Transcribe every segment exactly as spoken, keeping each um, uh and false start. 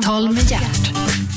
Samtal med hjärt.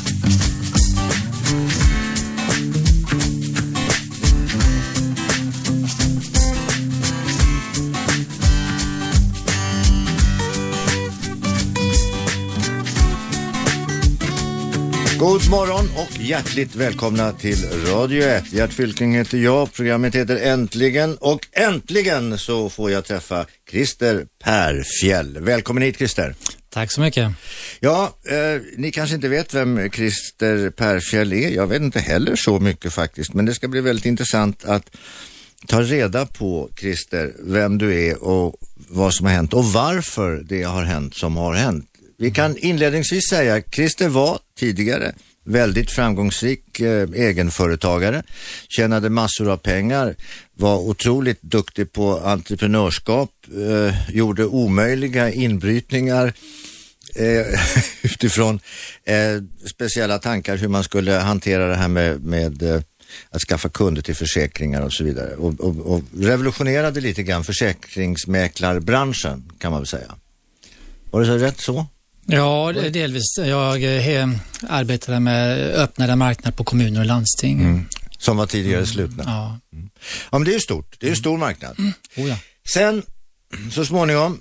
God morgon och hjärtligt välkomna till Radio ett. Gert Fylking heter jag, programmet heter Äntligen och äntligen så får jag träffa Christer Perfjäll. Välkommen hit, Christer. Tack så mycket. Ja, eh, ni kanske inte vet vem Christer Perfjäll är. Jag vet inte heller så mycket faktiskt, men det ska bli väldigt intressant att ta reda på, Christer, vem du är och vad som har hänt och varför det har hänt som har hänt. Vi kan inledningsvis säga att Christer var tidigare väldigt framgångsrik eh, egenföretagare, tjänade massor av pengar, var otroligt duktig på entreprenörskap, eh, gjorde omöjliga inbrytningar eh, utifrån eh, speciella tankar hur man skulle hantera det här med, med eh, att skaffa kunder till försäkringar och så vidare. Och, och, och revolutionerade lite grann försäkringsmäklarbranschen, kan man väl säga. Var det så rätt så? Ja, delvis. Jag eh, arbetade med öppnade marknader på kommuner och landsting. Mm. Som var tidigare mm. slutna. Ja. Mm. Ja, men det är ju stort. Det är ju stor marknad. Mm. Oh, ja. Sen, så småningom,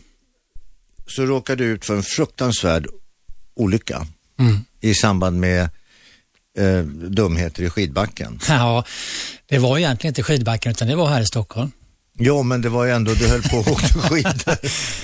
så råkade du ut för en fruktansvärd olycka mm. i samband med eh, dumheter i skidbacken. Ja, det var egentligen inte skidbacken utan det var här i Stockholm. Ja, men det var ju ändå, du höll på att åka skidor.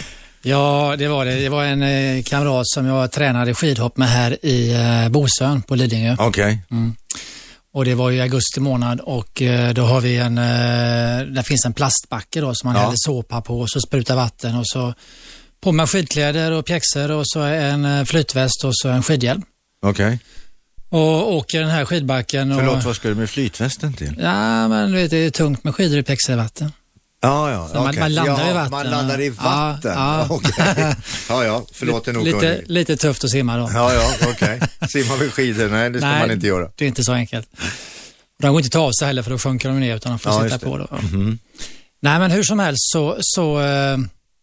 Ja, det var det. Det var en eh, kamrat som jag tränade skidhopp med här i eh, Bosön på Lidingö. Okej. Okay. Mm. Och det var ju augusti månad och eh, då har vi en, eh, där finns en plastbacke då som man ja. häller såpa på och så sprutar vatten och så på med skidkläder och pjäxor och så en eh, flytväst och så en skidhjälm. Okej. Okay. Och åker den här skidbacken. Och, Förlåt, vad ska du med flytvästen till? Ja, men du vet, det är tungt med skidor i pjäxor i vatten. Ja, ja, man, okay. man landar ja, i vatten. Man landar i vatten. Ja, ja. Okay. ja, ja förlåt, det är nog lite, lite tufft att simma då. Ja, ja, okej. Okay. Simma med skidor, nej, det ska nej, man inte göra. Det är inte så enkelt. De går inte ta av sig heller för då sjunker de ner utan de får ja, sitta på då. Mm-hmm. Nej, men hur som helst så, så uh,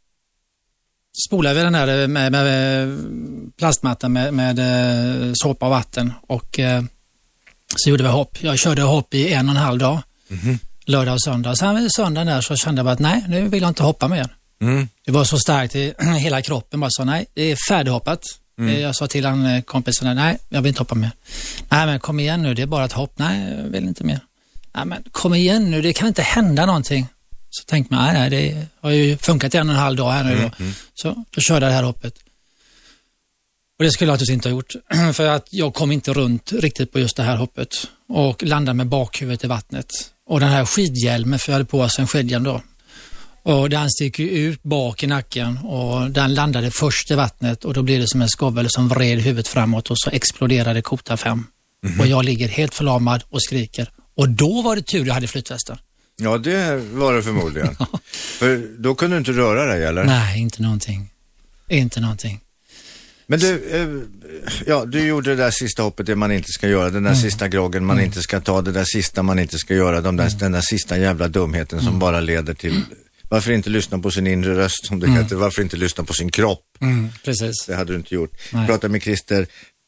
spolar vi den här med, med plastmattan med, med uh, såpa och vatten och uh, så gjorde vi hopp. Jag körde hopp i en och en halv dag. Mm-hmm. Lördag och söndag. Sen söndagen där så kände jag bara att nej, nu vill jag inte hoppa mer. Mm. Det var så starkt i hela kroppen. Bara så nej, det är färdighoppat. Mm. Jag sa till han kompisen, nej, jag vill inte hoppa mer. Nej, men kom igen nu, det är bara ett hopp. Nej, jag vill inte mer. Nej, men kom igen nu, det kan inte hända någonting. Så tänkte man, nej, nej, det har ju funkat i en och en halv dag här nu. Mm. Då. Så då körde jag det här hoppet. Och det skulle jag naturligtvis inte ha gjort. För att jag kom inte runt riktigt på just det här hoppet. Och landade med bakhuvudet i vattnet. Och den här skidhjälmen, för jag hade på sig en skidhjälm då. Och den stick ut bak i nacken och den landade först i vattnet och då blev det som en skovel som vred huvudet framåt och så exploderade kota fem. Mm-hmm. Och jag ligger helt förlamad och skriker. Och då var det tur jag hade flytvästen. Ja, det var det förmodligen. För då kunde du inte röra dig, eller? Nej, inte någonting. Inte någonting. Men du, eh, ja, du gjorde det där sista hoppet det man inte ska göra, den där mm. sista groggen man mm. inte ska ta, det där sista man inte ska göra, de där, mm. den där sista jävla dumheten som mm. bara leder till, varför inte lyssna på sin inre röst som det mm. heter, varför inte lyssna på sin kropp? Mm, precis. Det hade du inte gjort. Nej. Prata med Christer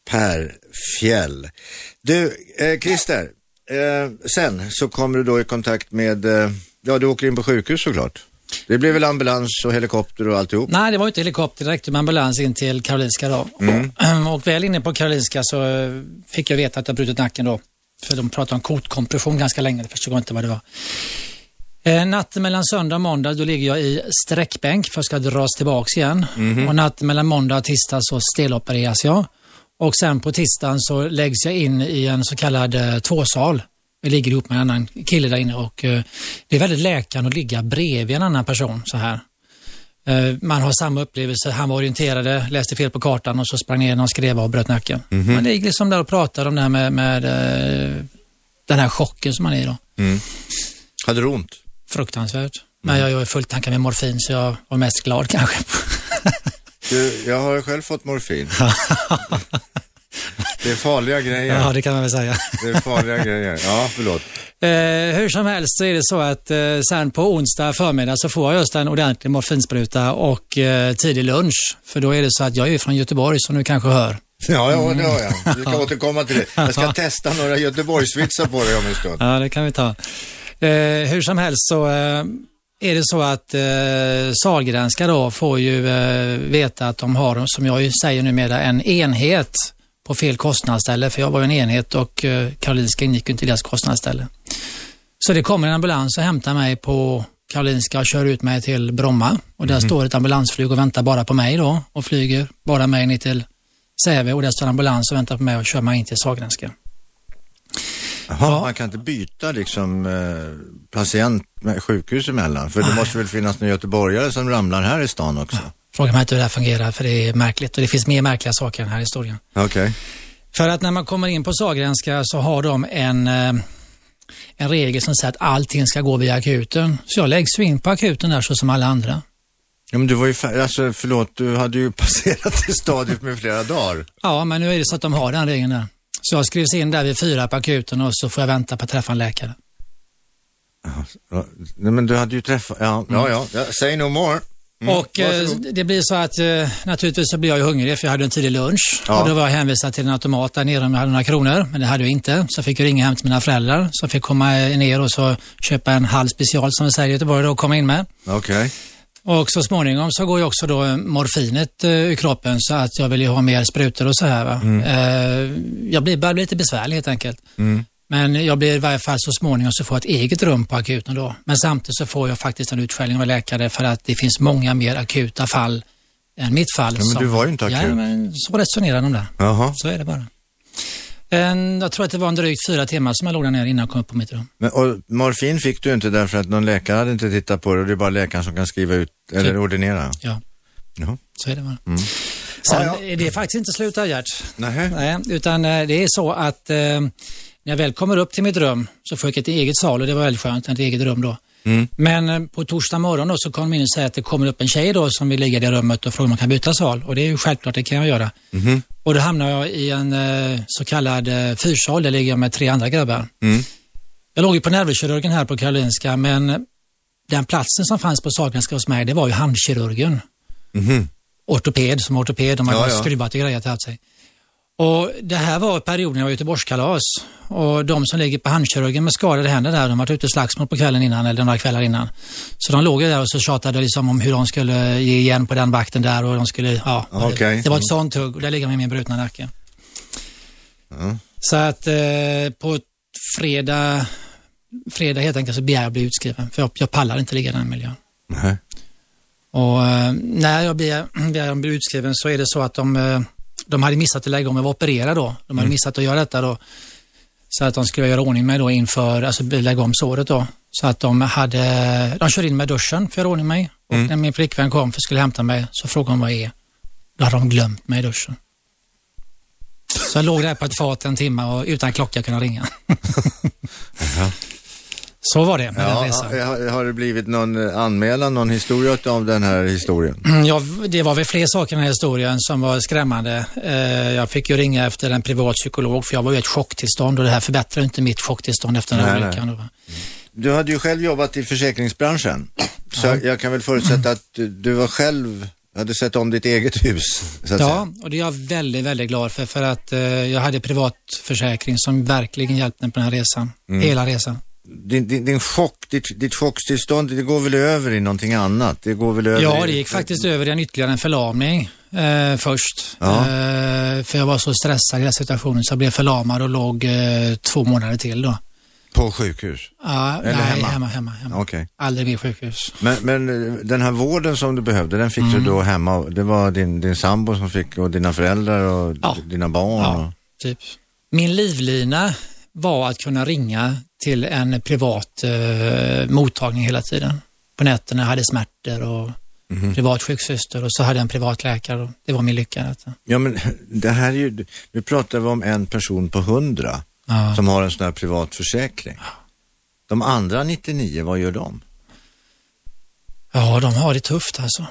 Perfjäll. Du, eh, Christer, eh, sen så kommer du då i kontakt med, eh, ja, du åker in på sjukhus såklart. Det blev väl ambulans och helikopter och alltihop? Nej, det var inte helikopter, direkt med ambulans in till Karolinska då. Mm. Och, och väl inne på Karolinska så fick jag veta att jag brutit nacken då. För de pratade om kotkompression ganska länge, det förstod jag inte vad det var. Eh, natten mellan söndag och måndag då ligger jag i sträckbänk för att ska dras tillbaks igen. Mm. Och natten mellan måndag och tisdag så stelopereras jag. Och sen på tisdagen så läggs jag in i en så kallad eh, tvåsal. Jag ligger ihop med en annan kille där inne och uh, det är väldigt läkande att ligga bredvid en annan person så här. Uh, man har samma upplevelse, han var orienterade, läste fel på kartan och så sprang ner och skrev och bröt nacken. Mm-hmm. Man ligger liksom där och pratar om det här med, med uh, den här chocken som man är i då. Mm. Hade du ont? Fruktansvärt. Mm. Men jag, jag är fullt tankad med morfin så jag var mest glad kanske. Du, jag har själv fått morfin. Det är farliga grejer. Ja, det kan man väl säga. Det är farliga grejer. Ja, förlåt. Eh, hur som helst så är det så att eh, sen på onsdag förmiddag så får jag just en ordentlig morfinspruta och eh, tidig lunch. För då är det så att jag är från Göteborg som du kanske hör. Ja, ja, det har jag. Du ska återkomma till det. Jag ska testa några Göteborgsvitsar på dig om en stund. Ja, det kan vi ta. Eh, hur som helst så eh, är det så att eh, Sahlgrenska då får ju eh, veta att de har, som jag ju säger numera, en enhet på fel kostnadsställe. För jag var en enhet och eh, Karolinska ingick inte i deras kostnadsställe. Så det kommer en ambulans och hämtar mig på Karolinska och kör ut mig till Bromma. Och där mm. står ett ambulansflyg och väntar bara på mig då. Och flyger bara mig ner till Säve. Och där står en ambulans och väntar på mig och kör mig in till Sahlgrenska. Jaha, ja. Man kan inte byta liksom eh, patient med sjukhus emellan. För det Nej. måste väl finnas några göteborgare som ramlar här i stan också. Ja. Fråga mig inte hur det här fungerar, för det är märkligt. Och det finns mer märkliga saker i den här historien. Okej. Okay. För att när man kommer in på Sahlgrenska så har de en... Eh, en regel som säger att allting ska gå via akuten. Så jag läggs in på akuten där så som alla andra. Ja, men du var ju, alltså förlåt, du hade ju passerat det stadiet med flera dagar. Ja, men nu är det så att de har den regeln där. Så jag skrivs in där vid fyra på akuten och så får jag vänta på att träffa en läkare. Ja, nej, men du hade ju träffat, ja, mm. ja, ja, ja, say no more. Mm. Och eh, det blir så att eh, naturligtvis så blir jag ju hungrig för jag hade en tidig lunch. Ja. Och då var jag hänvisad till en automat där nere om jag hade några kronor. Men det hade jag inte. Så jag fick ringa hem till mina föräldrar. Så jag fick komma ner och så köpa en halv special som vi säger i Göteborg och komma in med. Okej. Okay. Och så småningom så går ju också då morfinet uh, ur kroppen så att jag vill ju ha mer sprutor och så här va. Mm. Uh, jag blir bara lite besvärlig helt enkelt. Mm. Men jag blir i varje fall så småningom så får jag ett eget rum på akuten då. Men samtidigt så får jag faktiskt en utskällning av läkare för att det finns många mer akuta fall än mitt fall. Ja, men som, du var ju inte akut. Ja, men så resonerar de där. Jaha. Så är det bara. En, jag tror att det var en drygt fyra timmar som jag låg där ner innan jag kom upp på mitt rum. Men, och morfin fick du inte därför att någon läkare hade inte tittat på det och det är bara läkaren som kan skriva ut eller så, ordinera? Ja. Jaha. Så är det bara. Mm. Sen ja, ja. är det faktiskt inte slut där, Gert. Nej. Nej, utan det är så att eh, när jag väl kommer upp till mitt rum så får jag ett eget sal och det var väldigt skönt, ett eget rum då. Mm. Men eh, på torsdag morgon då så kommer de in och säger att det kommer upp en tjej då som vill ligga i det rummet och frågar om man kan byta sal. Och det är ju självklart, det kan jag göra. Mm. Och då hamnar jag i en eh, så kallad eh, fyrsal, där ligger jag med tre andra grabbar. Mm. Jag låg ju på nervkirurgen här på Karolinska, men den platsen som fanns på Sahlgrenska hos mig, det var ju handkirurgen. Mm. Ortoped, som ortoped, de hade ja, ja. skruvat och grejat till sig. Och det här var perioden jag var Göteborgskalas. Och de som ligger på handkirurgen med skadade händer där, de var ute i slagsmål på kvällen innan eller några kvällar innan. Så de låg där och så tjatade liksom om hur de skulle ge igen på den vakten där och de skulle, ja. Okay. Det, det var ett sånt tugg och där ligger med min brutna nacke. Mm. Så att eh, på fredag, fredag helt enkelt så begär jag bli utskriven. För jag, jag pallar inte ligga i den miljön. Mm. Och eh, när jag begär, begär bli utskriven så är det så att de... Eh, De hade missat att lägga om jag var opererad då. De hade mm. missat att göra detta då. Så att de skulle göra ordning mig då inför, alltså lägga om såret då. Så att de hade, de körde in med duschen för att göra ordning mig. Och mm. när min flickvän kom för att skulle hämta mig så frågade hon vad jag är. Då hade de glömt mig i duschen. Så jag låg där på ett fat en timme och utan klocka kunde ringa. Ja. Så var det med ja, den resan. Har, har det blivit någon anmälan, någon historia av den här historien? Ja, det var väl fler saker i den här historien som var skrämmande. Jag fick ju ringa efter en privat psykolog för jag var ju i ett chocktillstånd och det här förbättrar inte mitt chocktillstånd efter den här olyckan. Mm. Du hade ju själv jobbat i försäkringsbranschen. Så ja. jag kan väl förutsätta att du var själv, hade sett om ditt eget hus. Så att ja, säga. Och det är jag väldigt, väldigt glad för. För att eh, jag hade privatförsäkring som verkligen hjälpte mig på den här resan. Mm. Hela resan. Din, din, din chock, ditt, ditt chockstillstånd, det går väl över i någonting annat? Det går väl över ja, det i... gick faktiskt över i en ytterligare en förlamning eh, först. Ja. Eh, för jag var så stressad i den situationen så jag blev förlamad och låg eh, två månader till då. På sjukhus? Ja, eller nej, hemma? hemma, hemma. hemma. Okay. Aldrig vid sjukhus. Men, men den här vården som du behövde, den fick mm. du då hemma? Det var din, din sambo som fick, och dina föräldrar och ja. dina barn? Ja, och... typ. Min livlina var att kunna ringa till en privat eh, mottagning hela tiden. På nätterna hade smärtor och mm-hmm. privat sjuksyster och så hade jag en privat läkare. Och det var min lycka. Detta. Ja, men det här är ju, nu pratar vi om en person på hundra ja. som har en sån här privat försäkring. De andra nittionio, vad gör de? Ja, de har det tufft alltså.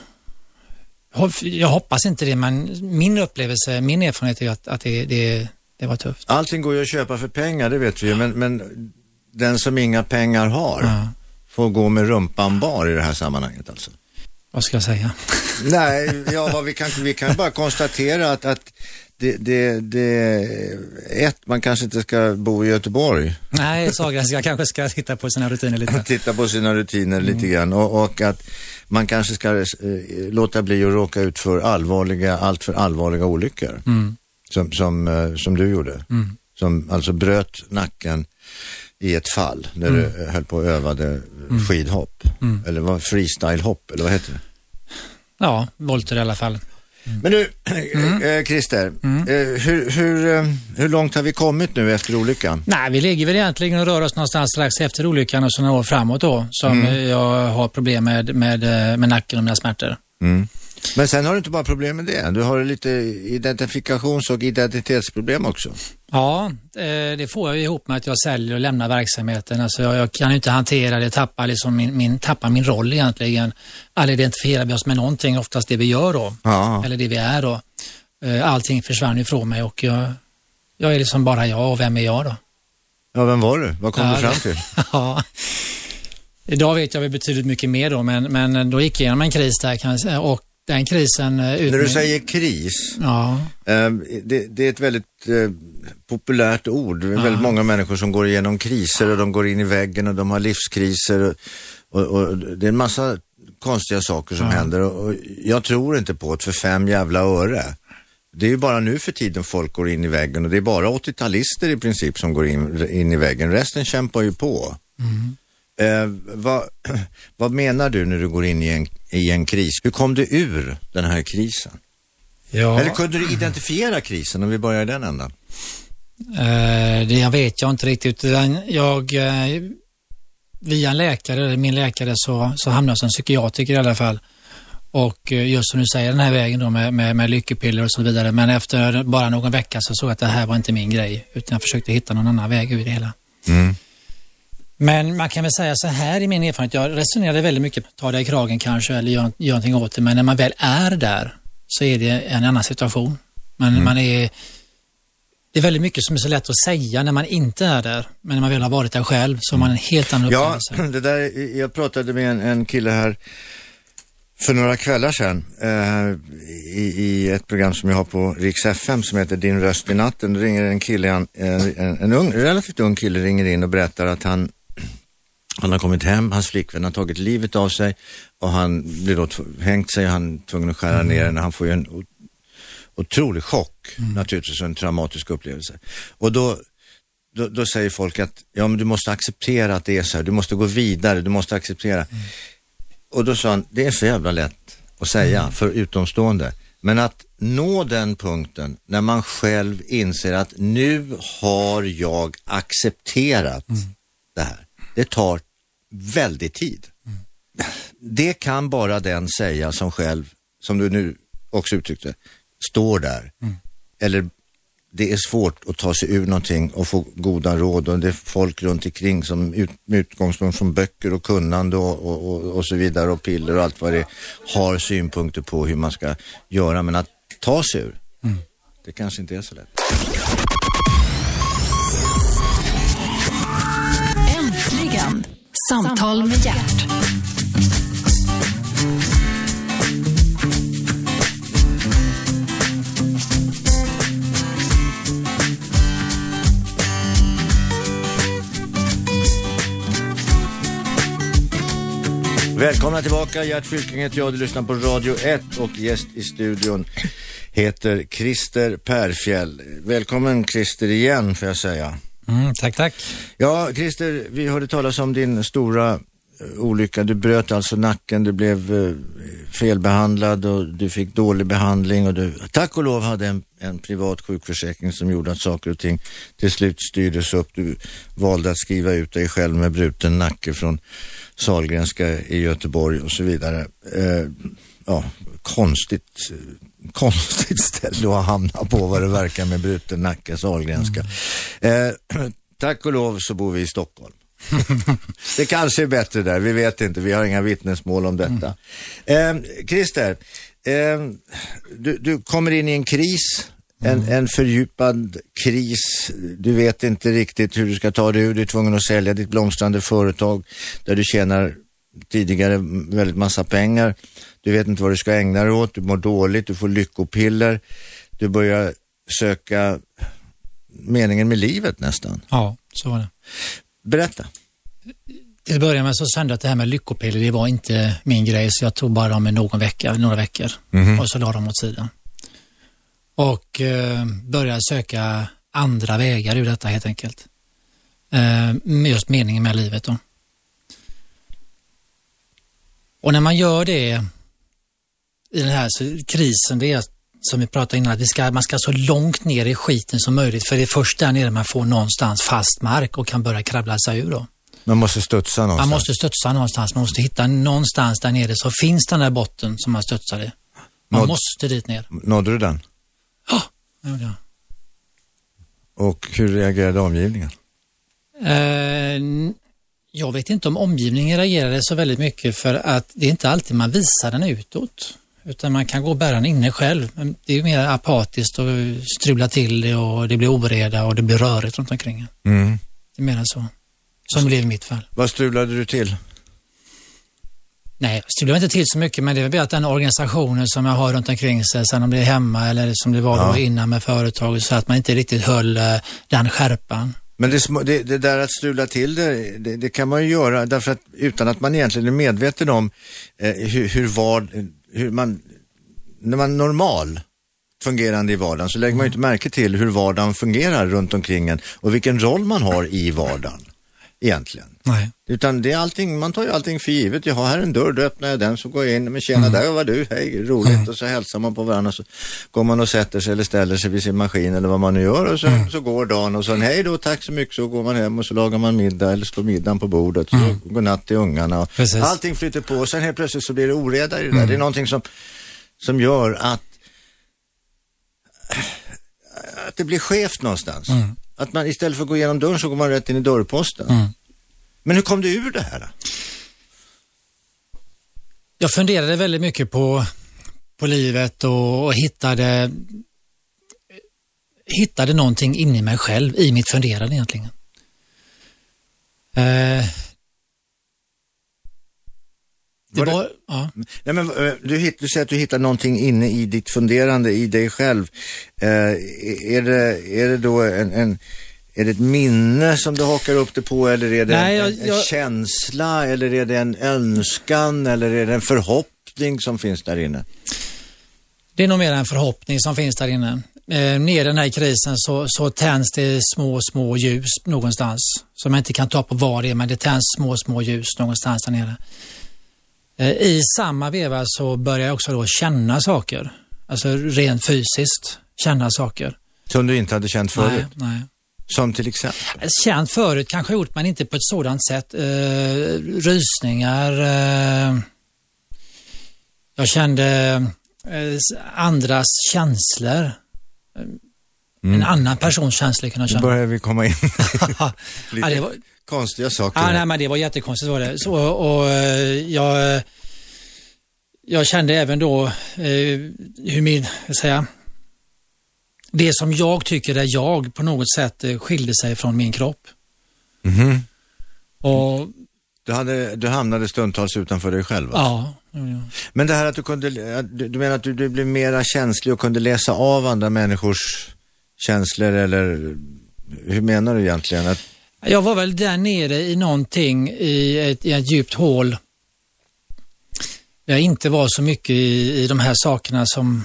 Jag hoppas inte det, men min upplevelse, min erfarenhet är att, att det, det Det var tufft. Allting går ju att köpa för pengar, det vet vi ju. Men, men den som inga pengar har ja. får gå med rumpan bar i det här sammanhanget alltså. Vad ska jag säga? Nej, ja, vad vi kan vi kan bara konstatera att, att det, det, det ett, man kanske inte ska bo i Göteborg. Nej, Sahlgrenska kanske ska titta på sina rutiner lite. Titta på sina rutiner mm. lite grann och, och att man kanske ska eh, låta bli att råka ut för allvarliga, allt för allvarliga olyckor. Mm. Som, som, eh, som du gjorde. Mm. Som alltså bröt nacken i ett fall när mm. du höll på och övade mm. skidhopp. Mm. Eller vad freestylehopp, eller vad heter det? Ja, volter i alla fall. Mm. Men nu, mm. äh, Christer, mm. äh, hur, hur, äh, hur långt har vi kommit nu efter olyckan? Nej, vi ligger väl egentligen och rör oss någonstans strax efter olyckan och så några år framåt då, som mm. jag har problem med, med, med nacken och mina smärtor. Mm. Men sen har du inte bara problem med det, du har lite identifikations- och identitetsproblem också. Ja, det får jag ihop med att jag säljer och lämnar verksamheten. Alltså jag, jag kan inte hantera det, tappa, liksom min, min, tappa min roll egentligen. Alla identifierar vi oss med någonting, oftast det vi gör då. Ja. Eller det vi är då. Allting försvann ifrån mig och jag, jag är liksom bara jag, och vem är jag då? Ja, vem var du? Vad kom ja, du fram till? Ja, idag vet jag väl betydligt mycket mer då, men, men då gick jag igenom en kris där kan jag säga, och den krisen... Ut När du säger kris, ja. eh, det, det är ett väldigt eh, populärt ord. Det är ja. väldigt många människor som går igenom kriser och de går in i väggen och de har livskriser och, och, och det är en massa konstiga saker som ja. händer och, och jag tror inte på det för fem jävla öre. Det är ju bara nu för tiden folk går in i väggen och det är bara åttio-talister i princip som går in, in i väggen. Resten kämpar ju på. Mm. Eh, vad, vad menar du när du går in i en, i en kris? Hur kom du ur den här krisen? Ja. Eller kunde du identifiera krisen om vi börjar i den ändan? Eh, det jag vet jag inte riktigt. Jag, eh, via en läkare, min läkare, så, så hamnade jag som psykiatriker i alla fall. Och just som du säger, den här vägen då med, med, med lyckopiller och så vidare. Men efter bara någon vecka så såg jag att det här var inte min grej. Utan jag försökte hitta någon annan väg ur det hela. Mm. Men man kan väl säga så här i min erfarenhet, jag resonerade väldigt mycket, ta det i kragen kanske eller gör, gör någonting åt det, men när man väl är där så är det en annan situation. Men mm. man är, det är väldigt mycket som är så lätt att säga när man inte är där, men när man väl har varit där själv så har man en helt annan upplevelse. Ja, det där, jag pratade med en, en kille här för några kvällar sedan eh, i, i ett program som jag har på Riks F M som heter Din röst i natten. Då ringer en kille, en, en, en ung, relativt ung kille ringer in och berättar att han Han har kommit hem, hans flickvän har tagit livet av sig och han blir då hängt sig, han är tvungen att skära mm. ner henne. Han får ju en otrolig chock, mm. naturligtvis en traumatisk upplevelse. Och då, då, då säger folk att ja, men du måste acceptera att det är så här, du måste gå vidare, du måste acceptera. Mm. Och då sa han, det är så jävla lätt att säga mm. för utomstående. Men att nå den punkten när man själv inser att nu har jag accepterat mm. det här. Det tar väldigt tid. Mm. Det kan bara den säga som själv, som du nu också uttryckte, står där. Mm. Eller det är svårt att ta sig ur någonting och få goda råd och det är folk runt omkring som ut, med utgångspunkt från böcker och kunnande och, och, och, och så vidare och piller och allt vad det är, har synpunkter på hur man ska göra, men att ta sig ur, mm. det kanske inte är så lätt. Äntligen, Samtal med Hjärt. Välkomna tillbaka, Gert Fylking heter jag, du lyssnar på Radio ett och gäst i studion heter Christer Perfjäll. Välkommen Christer igen får jag säga. Mm, tack, tack. Ja, Christer, vi hörde talas om din stora uh, olycka. Du bröt alltså nacken, du blev uh, felbehandlad och du fick dålig behandling och du, tack och lov, hade en, en privat sjukförsäkring som gjorde att saker och ting till slut styrdes upp. Du valde att skriva ut dig själv med bruten nacke från Sahlgrenska i Göteborg och så vidare. Uh, ja, konstigt... konstigt ställe att hamna på vad det verkar med bruten nacke, Sahlgrenska. Mm. Eh, tack och lov så bor vi i Stockholm. Det kanske är bättre där, vi vet inte, vi har inga vittnesmål om detta. Mm. Eh, Christer, eh, du, du kommer in i en kris, en, mm. en fördjupad kris. Du vet inte riktigt hur du ska ta dig ur, du är tvungen att sälja ditt blomstrande företag där du tjänar tidigare väldigt massa pengar. du vet inte vad du ska ägna dig åt, du mår dåligt, du får lyckopiller, du börjar söka meningen med livet nästan. Ja, så var det. Berätta. Till att börja med så kände jag att det här med lyckopiller, det var inte min grej, så jag tog bara dem i någon vecka, några veckor mm-hmm. och så la dem åt sidan. Och eh, började söka andra vägar ur detta helt enkelt. Eh, med just meningen med livet då. Och när man gör det i den här så, krisen, det är som vi pratade innan, att vi ska, man ska så långt ner i skiten som möjligt, för det är först där nere man får någonstans fast mark och kan börja krabbla sig ur då. Man måste studsa någonstans. Man måste studsa någonstans, man måste hitta någonstans där nere så finns den där botten som man studsar i. Man Nåd, måste dit ner. Nådde du den? Ja, det gjorde jag. Och hur reagerade omgivningen? Eh, jag vet inte om omgivningen reagerade så väldigt mycket, för att det är inte alltid man visar den utåt. Utan man kan gå och bära den inne själv. Det är ju mer apatiskt och strula till det och det blir oreda och det blir rörigt runt omkring. Mm. Det är mer så. Som blev i mitt fall. Vad strulade du till? Nej, jag strulade inte till så mycket, men det är väl att den organisationen som jag har runt omkring sig, sen om det är hemma eller som det var ja. då innan med företaget, så att man inte riktigt höll uh, den skärpan. Men det, det, det där att strula till det, det, det kan man ju göra därför att utan att man egentligen är medveten om eh, hur, hur, var, hur man, när man är normal fungerande i vardagen så lägger mm. man ju inte märke till hur vardagen fungerar runt omkring en och vilken roll man har i vardagen egentligen. Nej. Utan det är allting, man tar ju allting för givet. Jag har här en dörr, då öppnar jag den, så går jag in, men tjena, mm. där var du, hej, roligt, mm. och så hälsar man på varandra, så går man och sätter sig eller ställer sig vid sin maskin eller vad man nu gör, och så, mm. så går dagen och så hej då, tack så mycket, så går man hem och så lagar man middag eller står middagen på bordet, så mm. går natt till ungarna och Precis. allting flyter på, och sen helt plötsligt så blir det oreda i det där. Mm. Det är någonting som, som gör att att det blir skevt någonstans. Mm. Att man istället för att gå igenom dörren så går man rätt in i dörrposten. Mm. Men hur kom du ur det här då? Jag funderade väldigt mycket på, på livet och, och hittade hittade någonting inne i mig själv, i mitt funderande egentligen. Eh, det var, var det, ja. Nej, men, du, hitt, du säger att du hittar någonting inne i ditt funderande, i dig själv. Eh, är, det, är det då en... en Är det ett minne som du hakar upp det på, eller är det Nej, jag, en, en jag... känsla, eller är det en önskan, eller är det en förhoppning som finns där inne? Det är nog mer en förhoppning som finns där inne. Eh, ner i den här krisen så, så tänds det små, små ljus någonstans som man inte kan ta på vad det är, men det tänds små, små ljus någonstans där nere. Eh, I samma veva så börjar jag också då känna saker, alltså rent fysiskt känna saker. Som du inte hade känt förut? Nej, nej. Som till exempel? Känt förut, kanske gjort, men inte på ett sådant sätt. Eh, rysningar. Eh, jag kände eh, andras känslor. Mm. En annan persons känslor kan jag känna. Nu börjar vi komma in ja, det var, konstiga saker. Ja, nej, men det var jättekonstigt var det. Så, och, och jag, jag kände även då eh, hur min, jag säga, det som jag tycker är jag på något sätt skilde sig från min kropp. Mm-hmm. Och du, hade, du hamnade stundtals utanför dig själv? Ja, ja, ja. Men det här att du kunde, du, du menar att du, du blev mera känslig och kunde läsa av andra människors känslor, eller hur menar du egentligen? Att... Jag var väl där nere i någonting, i ett, i ett djupt hål. Jag inte var så mycket i, i de här sakerna som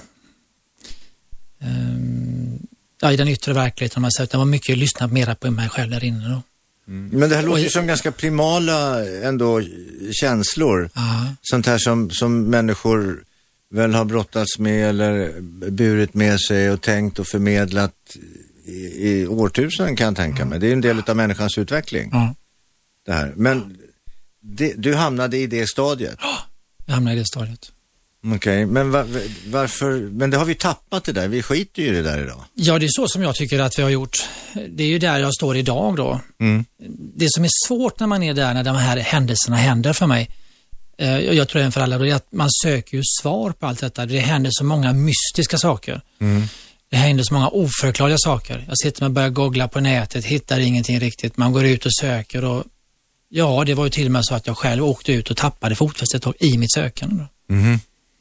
um, ja, i den yttre verkligheten. Man säger att det var mycket lyssnat mera på mig själv där inne då. Mm. Men det här låter ju som ganska primala ändå känslor. Aha. Sånt här som, som människor väl har brottats med eller burit med sig och tänkt och förmedlat i, i årtusenden, kan jag tänka mig. Det är en del av människans utveckling. Ja. Det här. Men det, du hamnade i det stadiet? Ja, jag hamnade i det stadiet. Okej, okay. Men var, varför? Men det har vi tappat det där. Vi skiter ju i det där idag. Ja, det är så som jag tycker att vi har gjort. Det är ju där jag står idag då. Mm. Det som är svårt när man är där, när de här händelserna händer för mig, eh, jag tror även för alla, är att man söker ju svar på allt detta. Det händer så många mystiska saker. Mm. Det händer så många oförklarliga saker. Jag sitter och börjar googla på nätet, hittar ingenting riktigt. Man går ut och söker och ja, det var ju till och med så att jag själv åkte ut och tappade fotfästet i mitt sökande då. Mm.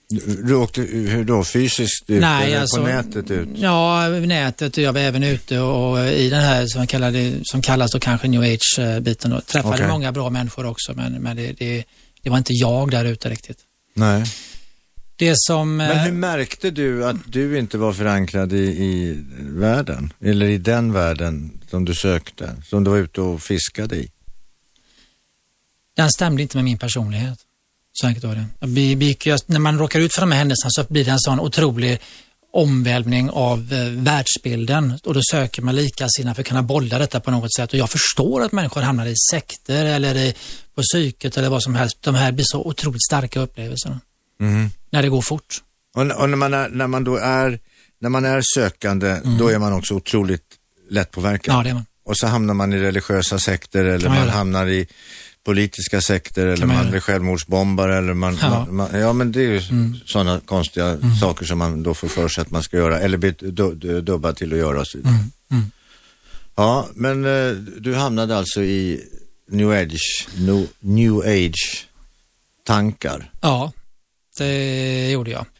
Du, du åkte hur då? Fysiskt ut? Nej, eller alltså, på nätet ut? Ja, nätet. Jag var även ute och i den här som, kallade, som kallas då kanske New Age-biten. Då. Träffade okay. många bra människor också, men, men det, det, det var inte jag där ute riktigt. Nej. Det som, men hur märkte du att du inte var förankrad i, i världen? Eller i den världen som du sökte? Som du var ute och fiskade i? Den stämde inte med min personlighet. Så enkelt var det. När man råkar ut för de här händelserna så blir det en sån otrolig omvälvning av eh, världsbilden. Och då söker man likasinnade för att kunna bolla detta på något sätt. Och jag förstår att människor hamnar i sekter eller i, på psyket eller vad som helst. De här blir så otroligt starka upplevelserna. Mm. När det går fort. Och, och när, man är, när man då är när man är sökande, mm. då är man också otroligt lättpåverkad. Ja, det är man. Och så hamnar man i religiösa sekter eller man, man hamnar i politiska sekter eller man, man blir självmordsbombare eller man ja. Man, man, ja men det är ju mm. sådana konstiga mm. saker som man då får för sig att man ska göra eller bli dubbad till att göra. Mm. Mm. Ja, men eh, du hamnade alltså i New Age no, New Age tankar. Ja, det gjorde jag.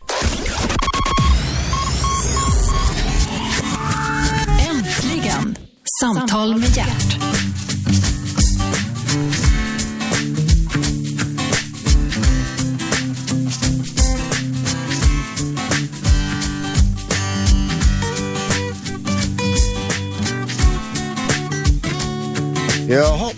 Äntligen Samtal med Gert. Jaha.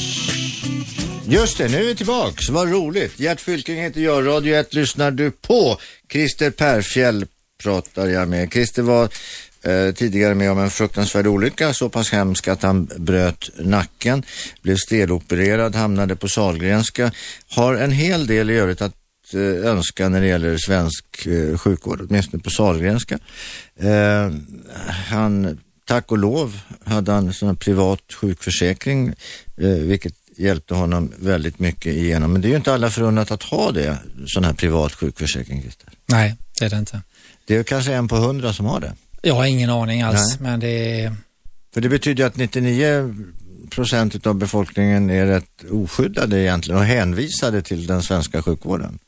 Just det, nu är vi tillbaks. Vad roligt. Gert Fylking heter jag. Radio ett lyssnar du på. Christer Perfjäll pratar jag med. Christer var eh, tidigare med om en fruktansvärd olycka. Så pass hemsk att han bröt nacken. Blev stelopererad, hamnade på Sahlgrenska. Har en hel del i övrigt att eh, önska när det gäller svensk eh, sjukvård. Åtminstone på Sahlgrenska. Eh, han... Tack och lov hade han en privat sjukförsäkring, eh, vilket hjälpte honom väldigt mycket igenom. Men det är ju inte alla förunnat att ha det, sån här privat sjukförsäkring, Christer. Nej, det är det inte. Det är kanske en på hundra som har det. Jag har ingen aning alls, nej. Men det är... För det betyder att nittionio procent av befolkningen är rätt oskyddade egentligen och hänvisade till den svenska sjukvården.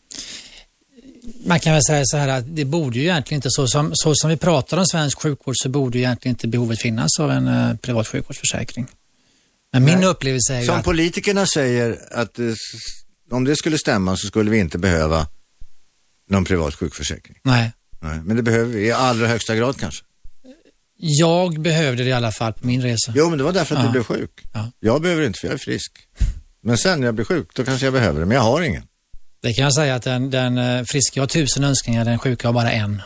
Man kan väl säga så här att det borde ju egentligen inte, så som, så som vi pratar om svensk sjukvård, så borde ju egentligen inte behovet finnas av en uh, privat sjukvårdsförsäkring. Men min Nej. upplevelse är ju som att... politikerna säger att uh, om det skulle stämma så skulle vi inte behöva någon privat sjukförsäkring. Nej. Nej. Men det behöver vi i allra högsta grad kanske. Jag behövde det i alla fall på min resa. Jo, men det var därför att ja. du blev sjuk. Ja. Jag behöver inte för jag är frisk. Men sen när jag blir sjuk, då kanske jag behöver det. Men jag har ingen. Det kan jag säga att den, den friska har tusen önskningar, den sjuka har bara en.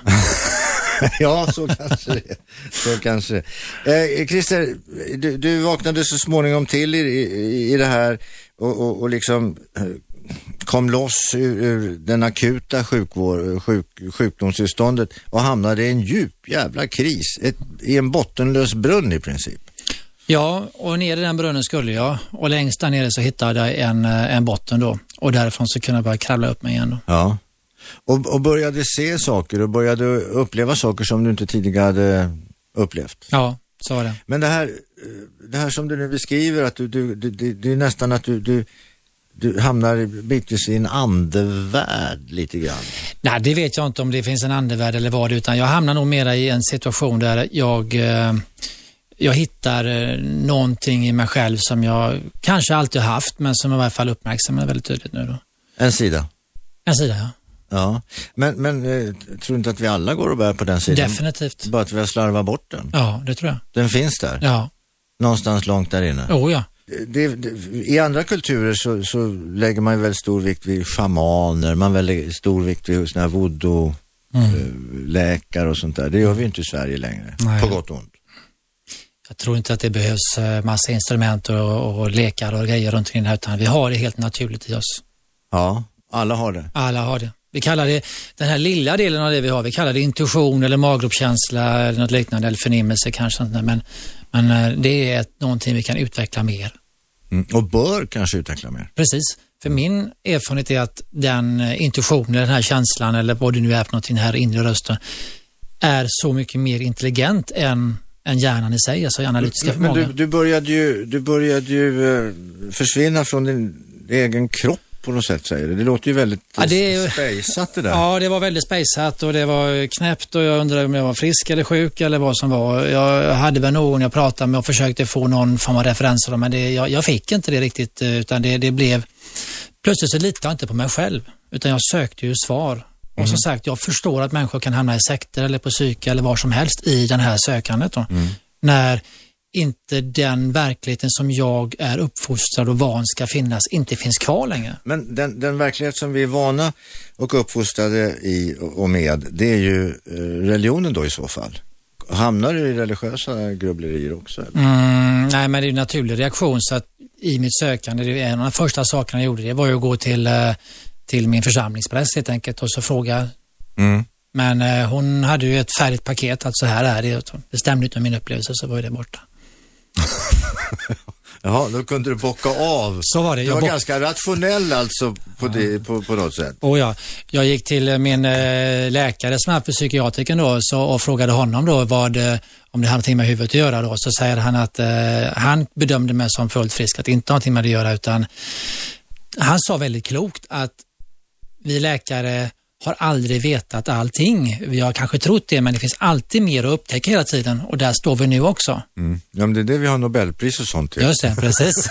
Ja, så kanske det. Så kanske det. Eh, Christer, du, du vaknade så småningom till i, i, i det här och, och, och liksom eh, kom loss ur, ur den akuta sjukvård, sjuk, sjukdomstillståndet och hamnade i en djup jävla kris. Ett, i en bottenlös brunn i princip. Ja, och ner i den brunnen skulle jag. Och längst där nere så hittade jag en, en botten då. Och därifrån så kunde jag bara kravla upp mig igen då. Ja. Och, och började se saker och började uppleva saker som du inte tidigare hade upplevt. Ja, så var det. Men det här, det här som du nu beskriver, att du, du, du, det, det är nästan att du, du, du hamnar bitvis i en andevärld lite grann. Nej, det vet jag inte om det finns en andevärld eller vad det, utan jag hamnar nog mera i en situation där jag... Eh, Jag hittar eh, någonting i mig själv som jag kanske alltid har haft, men som jag i alla fall uppmärksammar väldigt tydligt nu då. En sida? En sida, ja. Ja, men, men eh, tror inte att vi alla går och bär på den sidan? Definitivt. Bara att vi har slarvat bort den? Ja, det tror jag. Den finns där? Ja. Någonstans långt där inne? Oh, ja. Det, det, I andra kulturer så, så lägger man ju väldigt stor vikt vid shamaner, man lägger stor vikt vid såna här voodoo, mm. eh, läkare och sånt där. Det gör vi inte i Sverige längre, Nej. På gott och ont. Jag tror inte att det behövs massa instrument och, och lekar och grejer runt omkring det här, utan vi har det helt naturligt i oss. Ja, alla har det. Alla har det. Vi kallar det, den här lilla delen av det vi har, vi kallar det intuition eller maggropskänsla eller något liknande, eller förnimmelse kanske, men, men det är ett, någonting vi kan utveckla mer. Mm, och bör kanske utveckla mer. Precis. För min erfarenhet är att den intuitionen, den här känslan eller vad det nu är för någonting, den här inre rösten, är så mycket mer intelligent än än hjärnan i sig, alltså analytiska förmåga. Men du, du började ju, du började ju uh, försvinna från din egen kropp på något sätt, säger det. Det låter ju väldigt ja, det, spejsat det där. Ja, det var väldigt spejsat och det var knäppt och jag undrade om jag var frisk eller sjuk eller vad som var. Jag hade väl någon jag pratade med och försökte få någon form av referenser, men det, jag, jag fick inte det riktigt, utan det, det blev... Plötsligt så litade jag inte på mig själv, utan jag sökte ju svar. Mm. Och som sagt, jag förstår att människor kan hamna i sekter eller på psyke eller var som helst i den här sökandet då. Mm. När inte den verkligheten som jag är uppfostrad och van ska finnas inte finns kvar längre. Men den, den verklighet som vi är vana och uppfostrade i och med, det är ju religionen då i så fall. Hamnar du i religiösa grubblerier också? Mm, nej, men det är en naturlig reaktion, så att i mitt sökande, det är en av de första sakerna jag gjorde, det var ju att gå till, till min församlingspräst helt enkelt och så fråga. Mm. Men eh, hon hade ju ett färdigt paket, att så här är det. Det stämde inte med min upplevelse, så var det borta. Jaha, då kunde du bocka av. Så var det. Du jag var bock... ganska rationell alltså på, det, på, på något sätt. Och ja, jag gick till min eh, läkare som är för psykiatriken då, så, och frågade honom då vad, eh, om det hade någonting med huvudet att göra då. Så säger han att eh, han bedömde mig som fullt frisk, att inte ha någonting med det att göra, utan han sa väldigt klokt att vi läkare har aldrig vetat allting. Vi har kanske trott det, men det finns alltid mer att upptäcka hela tiden, och där står vi nu också. Mm. Ja, men det är det vi har Nobelpris och sånt till. Just det, precis.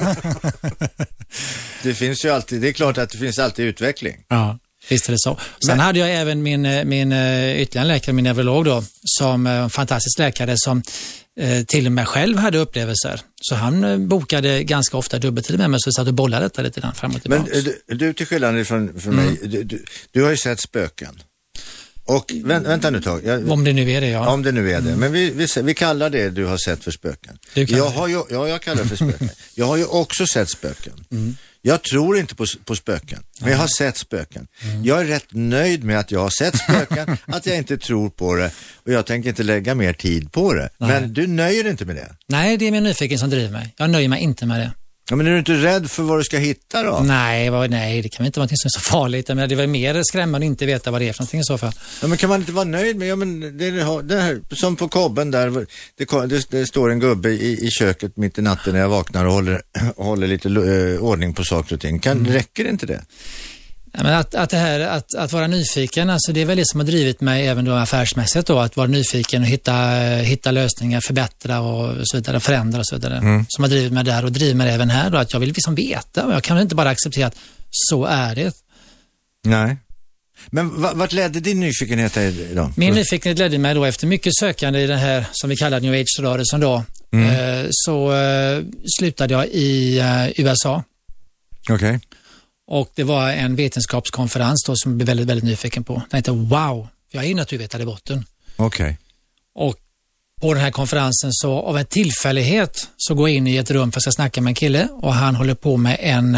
Det finns ju alltid, det är klart att det finns alltid utveckling. Ja, visst är det så. Sen men... hade jag även min, min ytterligare läkare, min neurolog då, som en fantastisk läkare som eh, till och med själv hade upplevelser. Så han eh, bokade ganska ofta dubbeltid med mig, så vi satt och bollade detta lite grann fram och tillbaka. Men du, du till skillnad från, från mm. mig, du, du, du har ju sett spöken. Och vä, vänta nu ett tag. Jag, om det nu är det, ja. Om det nu är det. Mm. Men vi, vi, vi kallar det du har sett för spöken. Jag har ju, ja, jag kallar det för spöken. Jag har ju också sett spöken. Mm. Jag tror inte på, på spöken, men jag har sett spöken. Mm. Jag är rätt nöjd med att jag har sett spöken, att jag inte tror på det, och jag tänker inte lägga mer tid på det. Nej. Men du nöjer inte med det? Nej, det är min nyfiken som driver mig. Jag nöjer mig inte med det. Ja, men är du inte rädd för vad du ska hitta då? Nej, vad, nej det kan inte vara något som är så farligt. Men det är väl mer skrämmande att inte veta vad det är för någonting i så fall. Ja, men kan man inte vara nöjd med, ja, men det, det här, som på Kobben där, det, det, det står en gubbe i, i köket mitt i natten när jag vaknar och håller, håller lite uh, ordning på saker och ting. Kan, mm. Räcker inte det? Ja, men att, att det här, att, att vara nyfiken, alltså det är väl det som har drivit mig även då affärsmässigt då, att vara nyfiken och hitta, hitta lösningar, förbättra och så vidare, förändra och så vidare. Mm. Som har drivit mig där och driver mig även här då, att jag vill liksom veta, och jag kan inte bara acceptera att så är det. Nej. Men vart ledde din nyfikenhet idag? Min nyfikenhet ledde mig då efter mycket sökande i den här som vi kallar New Age-rörelsen då. Mm. Eh, så eh, slutade jag i eh, U S A. Okej. Okay. Och det var en vetenskapskonferens då som jag blev väldigt, väldigt nyfiken på. Jag tänkte, wow, jag är naturvetare i botten. Okej. Okay. Och på den här konferensen så av en tillfällighet så går jag in i ett rum för att jag snacka med en kille, och han håller på med en,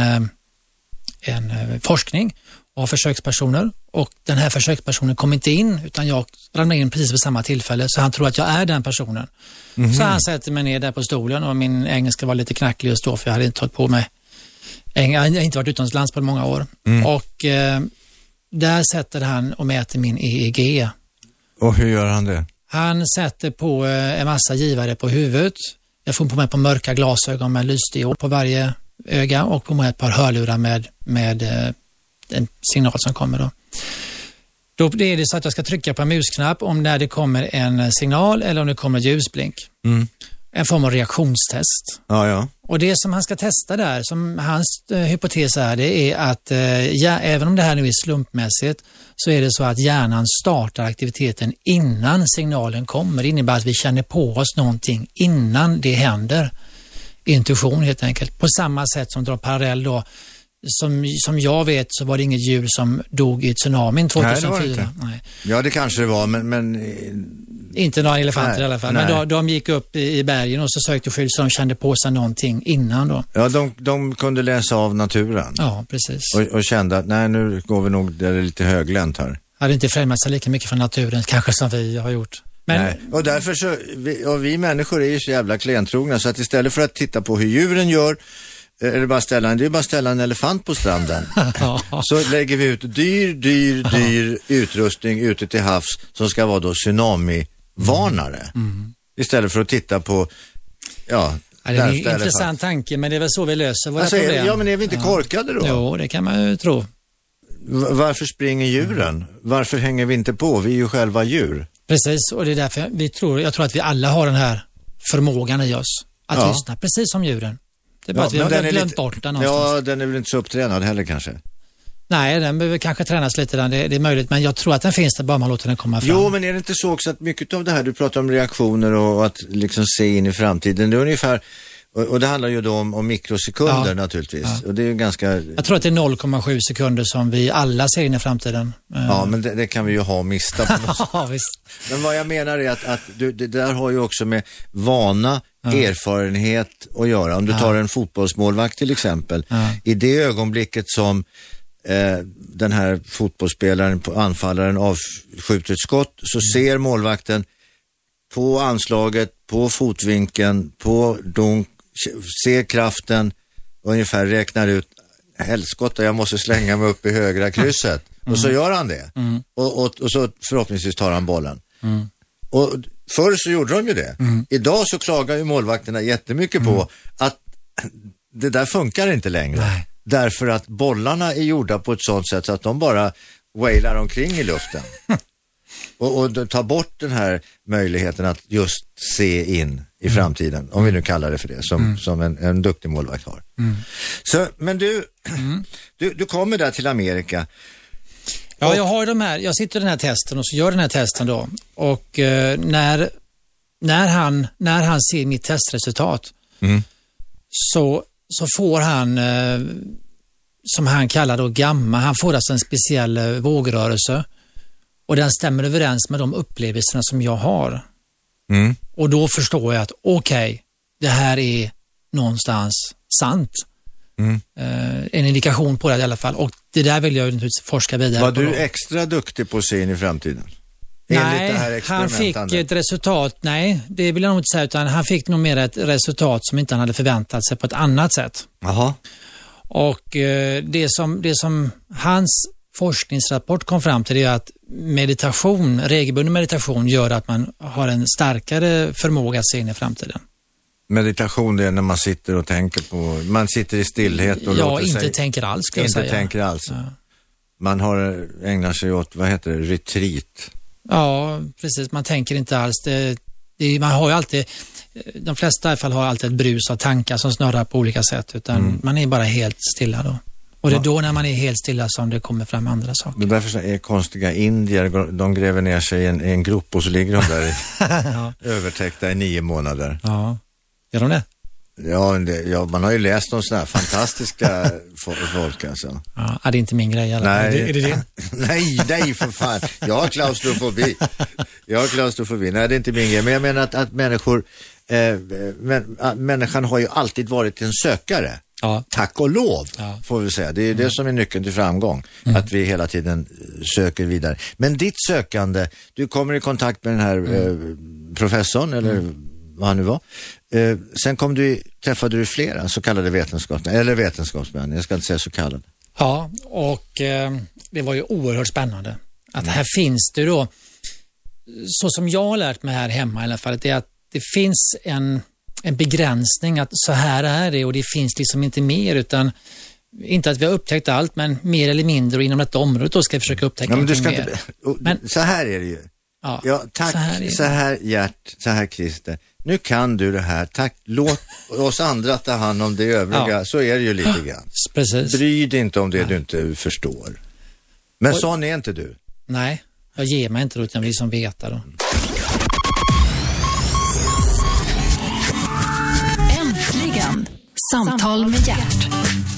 en forskning och har försökspersoner. Och den här försökspersonen kom inte in, utan jag ramlade in precis vid samma tillfälle, så han tror att jag är den personen. Mm-hmm. Så han sätter mig ner där på stolen, och min engelska var lite knacklig just då, för jag hade inte tagit på mig. Jag har inte varit utomlands på många år. Mm. Och eh, där sätter han och mäter min E E G. Och hur gör han det? Han sätter på eh, en massa givare på huvudet. Jag får på mig på mörka glasögon med lysdiod på varje öga, och på mig ett par hörlurar med, med eh, en signal som kommer då. Då är det så att jag ska trycka på en musknapp om när det kommer en signal eller om det kommer ett ljusblink. Mm. En form av reaktionstest. Ja, ja. Och det som han ska testa där, som hans eh, hypotes är, det är att eh, ja, även om det här nu är slumpmässigt, så är det så att hjärnan startar aktiviteten innan signalen kommer. Det innebär att vi känner på oss någonting innan det händer. Intuition helt enkelt. På samma sätt som drar parallell då, som, som jag vet så var det inget djur som dog i tsunamin tjugohundrafyra. Nej, det var det inte. Nej. Ja, det kanske det var, men... men... Inte några elefanter nej, i alla fall. Nej. Men då, de gick upp i, i bergen och så sökte skydd, så de kände på sig någonting innan då. Ja, de, de kunde läsa av naturen. Ja, precis. Och, och kände att nej, nu går vi nog, det är lite höglänt här. Hade inte främjat sig lika mycket från naturen kanske som vi har gjort. Men... Nej. Och därför så, vi, och vi människor är ju så jävla klentrogna, så att istället för att titta på hur djuren gör, är det bara ställa en, det är bara ställa en elefant på stranden. Så lägger vi ut dyr, dyr, dyr utrustning ute till havs som ska vara då tsunami-varnare. Mm. Mm. Istället för att titta på, ja... Ja, det är en intressant tanke, men det är väl så vi löser våra alltså, problem. Ja, men är vi inte korkade då? Jo, det kan man ju tro. Varför springer djuren? Varför hänger vi inte på? Vi är ju själva djur. Precis, och det är därför vi tror, jag tror att vi alla har den här förmågan i oss att ja. lyssna, precis som djuren. Det är bara ja, att vi har glömt lite, bort den någonstans. Ja, den är väl inte så upptränad heller kanske? Nej, den behöver kanske tränas lite, det, det är möjligt, men jag tror att den finns där bara man låter den komma fram. Jo, men är det inte så också att mycket av det här, du pratar om reaktioner och att liksom se in i framtiden, det är ungefär, och, och det handlar ju då om, om mikrosekunder ja. naturligtvis. Ja. Och det är ganska... Jag tror att det är noll komma sju sekunder som vi alla ser in i framtiden. Ja, men det, det kan vi ju ha mista på något. Ja, visst. Men vad jag menar är att, att du, det där har ju också med vana, ja. erfarenhet att göra. Om du tar en fotbollsmålvakt till exempel, ja. i det ögonblicket som eh, den här fotbollsspelaren, anfallaren avskjuter ett skott, så mm. ser målvakten på anslaget, på fotvinkeln, på dunk, ser kraften, ungefär räknar ut helskotta, jag måste slänga mig upp i högra krysset. Mm. Och så gör han det. Mm. Och, och, och så förhoppningsvis tar han bollen. Mm. Och förr så gjorde de ju det. Mm. Idag så klagar ju målvakterna jättemycket mm. på att det där funkar inte längre. Nej. Därför att bollarna är gjorda på ett sånt sätt så att de bara wailar omkring i luften. och, och ta bort den här möjligheten att just se in i framtiden, mm. om vi nu kallar det för det, som, mm. som en, en duktig målvakt har. Mm. Så, men du, mm. du, du kommer där till Amerika. Ja, och... jag har de här, jag sitter i den här testen och så gör den här testen då. Och eh, när, när, han, när han ser mitt testresultat mm. så, så får han, eh, som han kallar då gamma, han får alltså en speciell eh, vågrörelse. Och den stämmer överens med de upplevelserna som jag har. Mm. Och då förstår jag att okej, okay, det här är någonstans sant. Mm. Eh, en indikation på det i alla fall. Och det där vill jag naturligtvis forska vidare Var på. Var du då. extra duktig på att se in i framtiden? Nej, det här han fick ett resultat, nej, det vill jag nog inte säga, utan han fick nog mer ett resultat som inte han hade förväntat sig på ett annat sätt. Jaha. Och eh, det, som, det som hans forskningsrapport kom fram till är att meditation, regelbunden meditation gör att man har en starkare förmåga att se in i framtiden. Meditation, det är när man sitter och tänker på, man sitter i stillhet och ja, låter inte sig, tänker alls ska jag inte säga. tänker alls. Ja. Man har ägnat sig åt, vad heter det, retreat. Ja, precis, man tänker inte alls. Det, det, man har ju alltid, de flesta i alla fall har alltid ett brus av tankar som snurrar på olika sätt, utan mm. man är bara helt stilla då. Och det är då när man är helt stilla som det kommer fram andra saker. Det är därför är konstiga indier, de gräver ner sig i en, i en grop och så ligger de där i, ja. övertäckta i nio månader. Ja, gör de det? Ja, det, ja, man har ju läst om sådana här fantastiska folk alltså. Ja, det är inte min grej. Eller? Nej, är det, är det det? nej, nej för fan. Jag har klaustrofobi. Jag har klaustrofobi. Nej, det är inte min grej. Men jag menar att, att människor, eh, men, att människan har ju alltid varit en sökare. Ja. Tack och lov, ja. får vi säga. Det är mm. det som är nyckeln till framgång. Mm. Att vi hela tiden söker vidare. Men ditt sökande, du kommer i kontakt med den här mm. eh, professorn, eller mm. vad han nu var. Eh, sen kom du, träffade du flera så kallade vetenskapsmän, eller vetenskapsmän, jag ska inte säga så kallade. Ja, och eh, det var ju oerhört spännande. Att mm. här finns det då, så som jag har lärt mig här hemma i alla fall, det är att det finns en en begränsning, att så här är det och det finns liksom inte mer, utan inte att vi har upptäckt allt, men mer eller mindre, och inom detta område då ska vi försöka upptäcka ja, men du ska mer. Inte, och, men, så här är det ju. Ja, ja tack, så här, så här Gert, så här Christer. Nu kan du det här, tack, låt oss andra ta hand om det övriga, ja. Så är det ju lite grann. Precis. Bry dig inte om det ja. du inte förstår. Men och, sån är inte du. Nej, jag ger mig inte, utan vi som veta då. Samtal med Gert.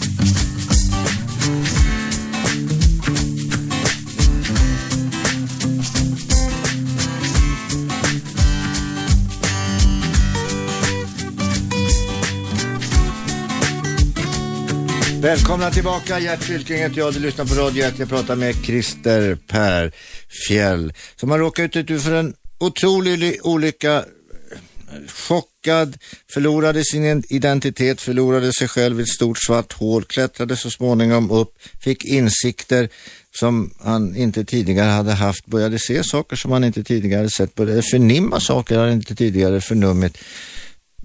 Välkomna tillbaka, Gert Fylking heter jag, du lyssnar på Radio ett. Jag pratar med Christer Perfjäll som har råkat ut för en otrolig olycka. Chockad, förlorade sin identitet, förlorade sig själv i ett stort svart hål, klättrade så småningom upp, fick insikter som han inte tidigare hade haft, började se saker som han inte tidigare sett, började förnimma saker han inte tidigare förnummit,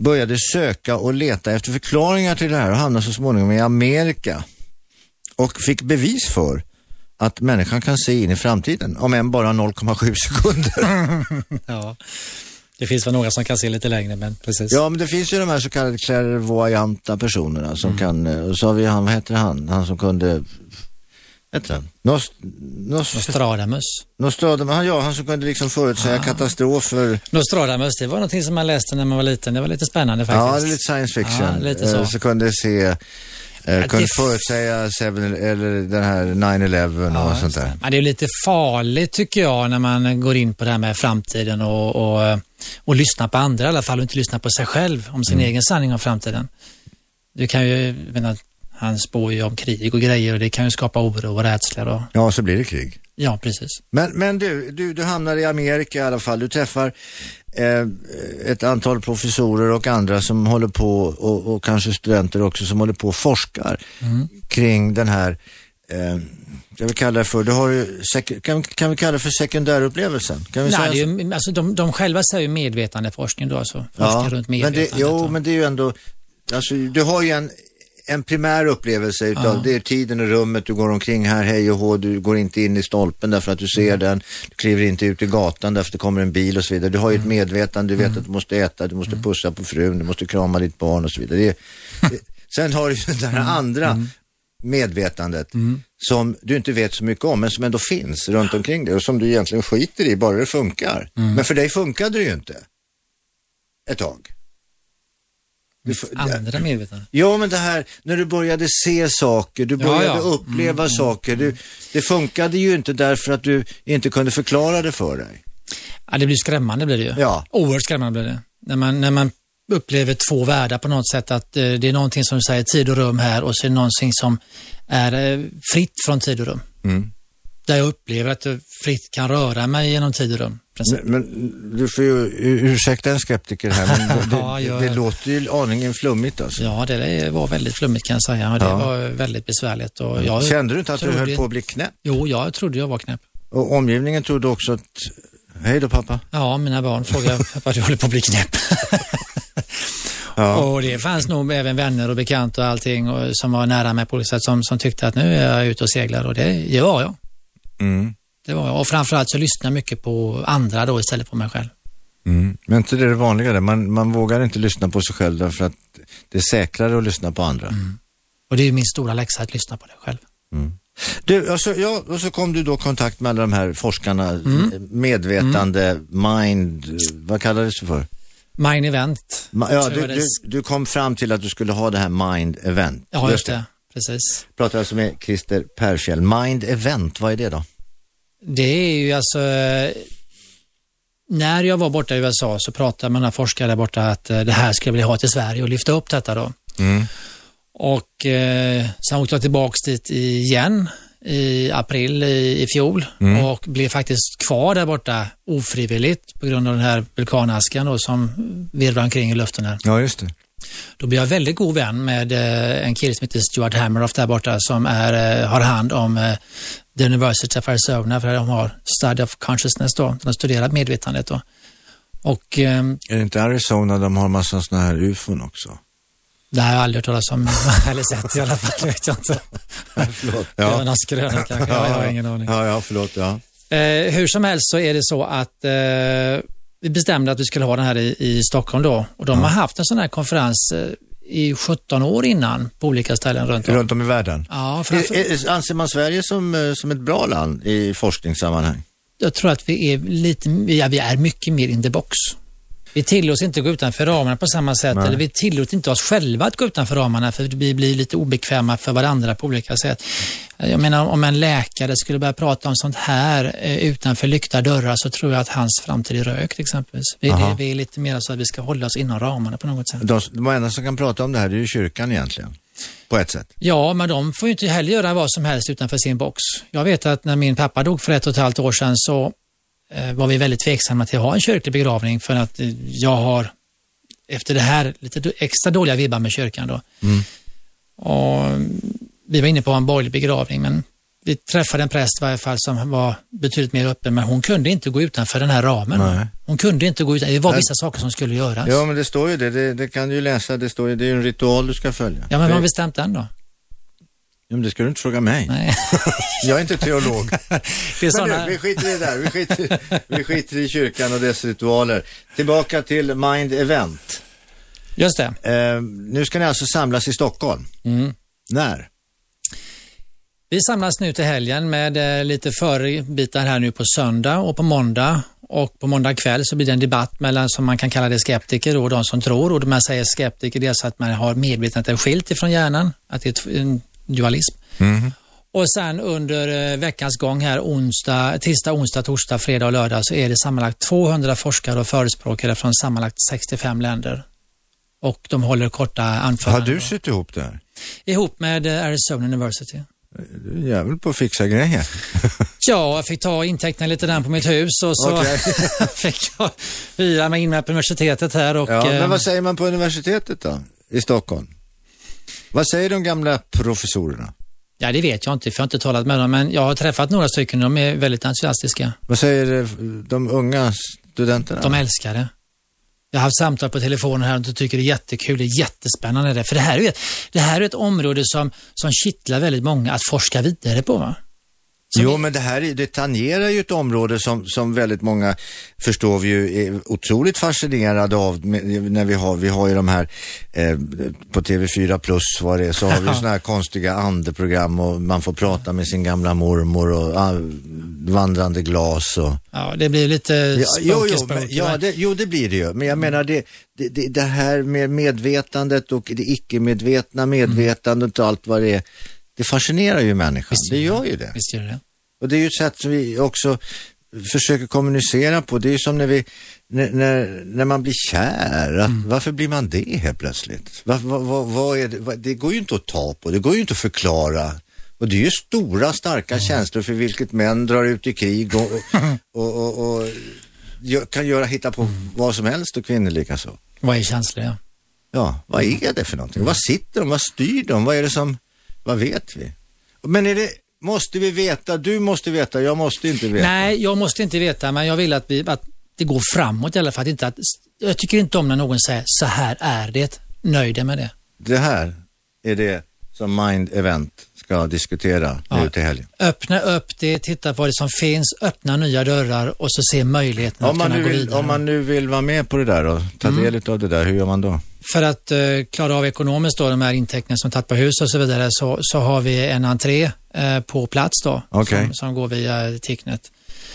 började söka och leta efter förklaringar till det här och hamnade så småningom i Amerika och fick bevis för att människan kan se in i framtiden, om än bara noll komma sju sekunder. Ja, det finns väl några som kan se lite längre, men precis. Ja, men det finns ju de här så kallade clairvoyanta personerna som mm. kan, och så har vi han, vad heter han? Han som kunde, heter han? Nost, Nost, Nostradamus. Nostradamus, han, ja, han som kunde liksom förutsäga ah. katastrofer. Nostradamus, det var någonting som man läste när man var liten, det var lite spännande faktiskt. Ja, det är lite science fiction. Ja, lite så. Så kunde se... Eh, Ja, kunde det... förutsäga seven, eller den här nine eleven och ja, sånt där. Ja, det är lite farligt tycker jag när man går in på det här med framtiden och, och, och lyssnar på andra i alla fall och inte lyssnar på sig själv om sin mm. egen sanning om framtiden. Du kan ju, menar, han spår ju om krig och grejer och det kan ju skapa oro och rädslor. Och... Ja, så blir det krig. Ja, precis. Men, men du, du, du hamnar i Amerika i alla fall. Du träffar eh, ett antal professorer och andra som håller på, och, och kanske studenter också, som håller på och forskar mm. kring den här, eh, jag vill kalla det för, du har ju, sek- kan, kan vi kalla det för sekundärupplevelsen? Kan vi Nej, säga det är ju, alltså, de, de själva säger ju medvetandeforskning då, alltså. Forskar ja, runt Men medvetandet. det, jo, men det är ju ändå, alltså, du har ju en en primär upplevelse utav, ja. Det är tiden och rummet, du går omkring här, hej och hå, du går inte in i stolpen därför att du ser mm. den, du kliver inte ut i gatan därför att det kommer en bil och så vidare. Du har ju ett medvetande, du vet mm. att du måste äta, du måste pussa på frun, du måste krama ditt barn och så vidare. Det, det, sen har du ju det här andra mm. medvetandet mm. som du inte vet så mycket om, men som ändå finns runt omkring dig och som du egentligen skiter i, bara det funkar. Mm. Men för dig funkade det ju inte ett tag. Du, andra medvetande. Ja, men det här, när du började se saker, du började ja, ja. uppleva mm, saker, du, det funkade ju inte därför att du inte kunde förklara det för dig. Ja, det blir skrämmande blir det ju. Ja. Oerhört skrämmande blir det. När man, när man upplever två världar på något sätt, att eh, det är någonting som säger tid och rum här och så är det någonting som är eh, fritt från tid och rum. Mm. Där jag upplever att jag fritt kan röra mig genom tid och rum. Men, men du får ju ursäkta en skeptiker här, men det, ja, jag... det, det låter ju aningen flummigt alltså. Ja, det var väldigt flummigt kan jag säga och det ja. var väldigt besvärligt. Och jag Kände du inte att trodde... du höll på att bli knäpp? Jo, jag trodde jag var knäpp. Och omgivningen trodde också att, hej då pappa. Ja, mina barn frågade att jag håller på att bli knäpp. Ja. Och det fanns nog även vänner och bekanta och allting och, som var nära mig på det sätt som, som tyckte att nu är jag ute och seglar och det, det var jag. Mm. Det var jag. Och framförallt så lyssnar jag mycket på andra då istället för mig själv. Mm. Men inte det är det vanliga där. Man, man vågar inte lyssna på sig själv därför att det är säkrare att lyssna på andra. Mm. Och det är ju min stora läxa att lyssna på dig själv. Mm. Du, alltså, ja, och så kom du då i kontakt med alla de här forskarna, mm. medvetande, mm. mind, vad kallades det för? Mind event. Ma- ja, du, du, du kom fram till att du skulle ha det här mind event. Ja, just det. Precis. Pratar alltså med Christer Perfjäll. Mind event, vad är det då? Det är ju alltså, när jag var borta i U S A så pratade med några forskare där borta att det här skulle jag vilja ha till Sverige och lyfta upp detta då. Mm. Och eh, sen åkte jag tillbaks dit igen i april i, i fjol mm. och blev faktiskt kvar där borta ofrivilligt på grund av den här vulkanaskan då, som virvlar omkring i luften här. Ja, just det. Då blev jag väldigt god vän med eh, en kille som heter Stuart Hameroff där borta som är, eh, har hand om eh, The University of Arizona, för de har Study of Consciousness då, de har studerat medvetandet då. Och, eh, är det inte Arizona de har massa såna här U F O också? Det har jag aldrig hört talas om, eller sett i alla fall, det vet jag inte. Förlåt. Ja. Det var någon skröna kanske, ja, jag har ingen aning. Ja, ja, förlåt, ja. Eh, hur som helst så är det så att eh, vi bestämde att vi skulle ha den här i, i Stockholm då. Och de ja. har haft en sån här konferens eh, i sjutton år innan på olika ställen runt om. Runt om i världen? Ja. Framför... Är, är, anser man Sverige som, som ett bra land i forskningssammanhang? Jag tror att vi är lite, ja, vi är mycket mer in the box. Vi tillåts inte gå utanför ramarna på samma sätt. Nej. Eller vi tillåts inte oss själva att gå utanför ramarna för vi blir lite obekväma för varandra på olika sätt. Jag menar, om en läkare skulle börja prata om sånt här eh, utanför lyckta dörrar så tror jag att hans framtid är rökt exempelvis. Vi, det, vi är lite mer så att vi ska hålla oss inom ramarna på något sätt. De, de enda som kan prata om det här är ju kyrkan egentligen. På ett sätt. Ja, men de får ju inte heller göra vad som helst utanför sin box. Jag vet att när min pappa dog för ett och ett halvt år sedan så var vi väldigt tveksamma till att ha en kyrklig begravning för att jag har efter det här lite extra dåliga vibbar med kyrkan då. Mm. Och vi var inne på en borgerlig begravning men vi träffade en präst i varje fall som var betydligt mer öppen, men hon kunde inte gå utanför den här ramen. Nej. Hon kunde inte gå utan, det var vissa saker som skulle göras. Ja, men det står ju det, det, det kan du ju läsa, det står ju, det är ju en ritual du ska följa. Ja, men vem har bestämt den då? Ja, men det ska du inte fråga mig. Nej. Jag är inte teolog. Det är såna... nu, vi skiter i det där, vi skiter, vi skiter i kyrkan och dess ritualer. Tillbaka till Mind Event. Just det. Eh, nu ska ni alltså samlas i Stockholm. Mm. När? Vi samlas nu till helgen med eh, lite förbitar här nu på söndag och på måndag. Och på måndag kväll så blir det en debatt mellan, som man kan kalla det, skeptiker och de som tror. Och de här säger skeptiker, det är så att man har medvetandet skilt ifrån hjärnan. Att det är en dualism. Mm. Och sen under eh, veckans gång här, onsdag, tisdag, onsdag, torsdag, fredag och lördag, så är det sammanlagt tvåhundra forskare och förespråkare från sammanlagt sextiofem länder. Och de håller korta anföranden. Har du suttit ihop där? Ihop med eh, Arizona University. Du är jävel på att fixa grejer. Ja, jag fick ta intäkterna lite där på mitt hus och så okay. fick jag hyra mig in med på universitetet här. Och, ja, men vad säger man på universitetet då? I Stockholm? Vad säger de gamla professorerna? Ja, det vet jag inte, för jag har inte talat med dem, men jag har träffat några stycken och de är väldigt entusiastiska. Vad säger de unga studenterna? De älskar det. Jag har haft samtal på telefonen här och de tycker det är jättekul, det är jättespännande det. För det här är, det här är ett område som, som kittlar väldigt många att forska vidare på, va? Som jo, men det här det tangerar ju ett område som, som väldigt många förstår vi ju är otroligt fascinerade av när vi har, vi har ju de här eh, på T V fyra plus vad det är, så har vi såna här konstiga andeprogram och man får prata med sin gamla mormor och ah, vandrande glas och... Ja, det blir lite ja, jo, jo, spooky, men, ja, det, jo, det blir det ju. Men jag menar det, det, det, det här med medvetandet och det icke-medvetna medvetandet och allt vad det är, det fascinerar ju människan. Det gör ju det. Visst gör det. Och det är ju ett sätt som vi också försöker kommunicera på. Det är ju som när vi när, när, när man blir kär. Att, mm. Varför blir man det helt plötsligt? Vad, vad, vad, vad är det? Vad, det går ju inte att ta på. Det går ju inte att förklara. Och det är ju stora, starka mm. känslor för vilket män drar ut i krig och, och, och, och, och kan göra, hitta på mm. vad som helst och kvinnor lika så. Vad är känslor, ja? Ja, vad är det för någonting? Mm. Vad sitter de? Vad styr de? Vad är det som... Vad vet vi? Men är det, måste vi veta? Du måste veta, jag måste inte veta. Nej, jag måste inte veta, men jag vill att, vi, att det går framåt i alla fall. Inte att, jag tycker inte om när någon säger, så här är det. Nöjd med det. Det här är det som Mind Event ska diskutera ja. nu till helgen. Öppna upp det, titta på vad det som finns, öppna nya dörrar och så se möjligheten att kunna gå vill, vidare. Om man nu vill vara med på det där och ta mm. del av det där, hur gör man då? För att uh, klara av ekonomiskt då, de här intäkterna som tagit på hus och så vidare, så, så har vi en entré uh, på plats då, okay. som, som går via Ticknet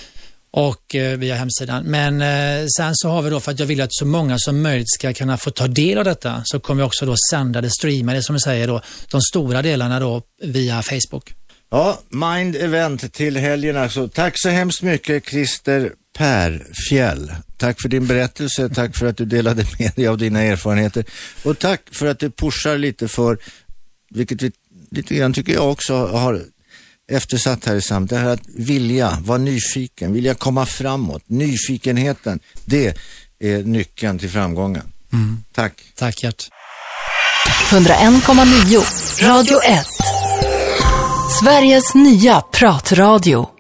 och uh, via hemsidan. Men uh, sen så har vi då, för att jag vill att så många som möjligt ska kunna få ta del av detta, så kommer vi också då sända det, streama det som vi säger då, de stora delarna då via Facebook. Ja, Mind Event till helgen alltså. Tack så hemskt mycket, Christer Perfjäll. Tack för din berättelse, tack för att du delade med dig av dina erfarenheter och tack för att du pushar lite för, vilket vi lite grann tycker jag också har eftersatt här i samhället, det här att vilja vara nyfiken, vilja komma framåt, nyfikenheten, det är nyckeln till framgången. Mm. Tack. Tack, Gert. hundraen komma nio Radio ett. Sveriges nya pratradio.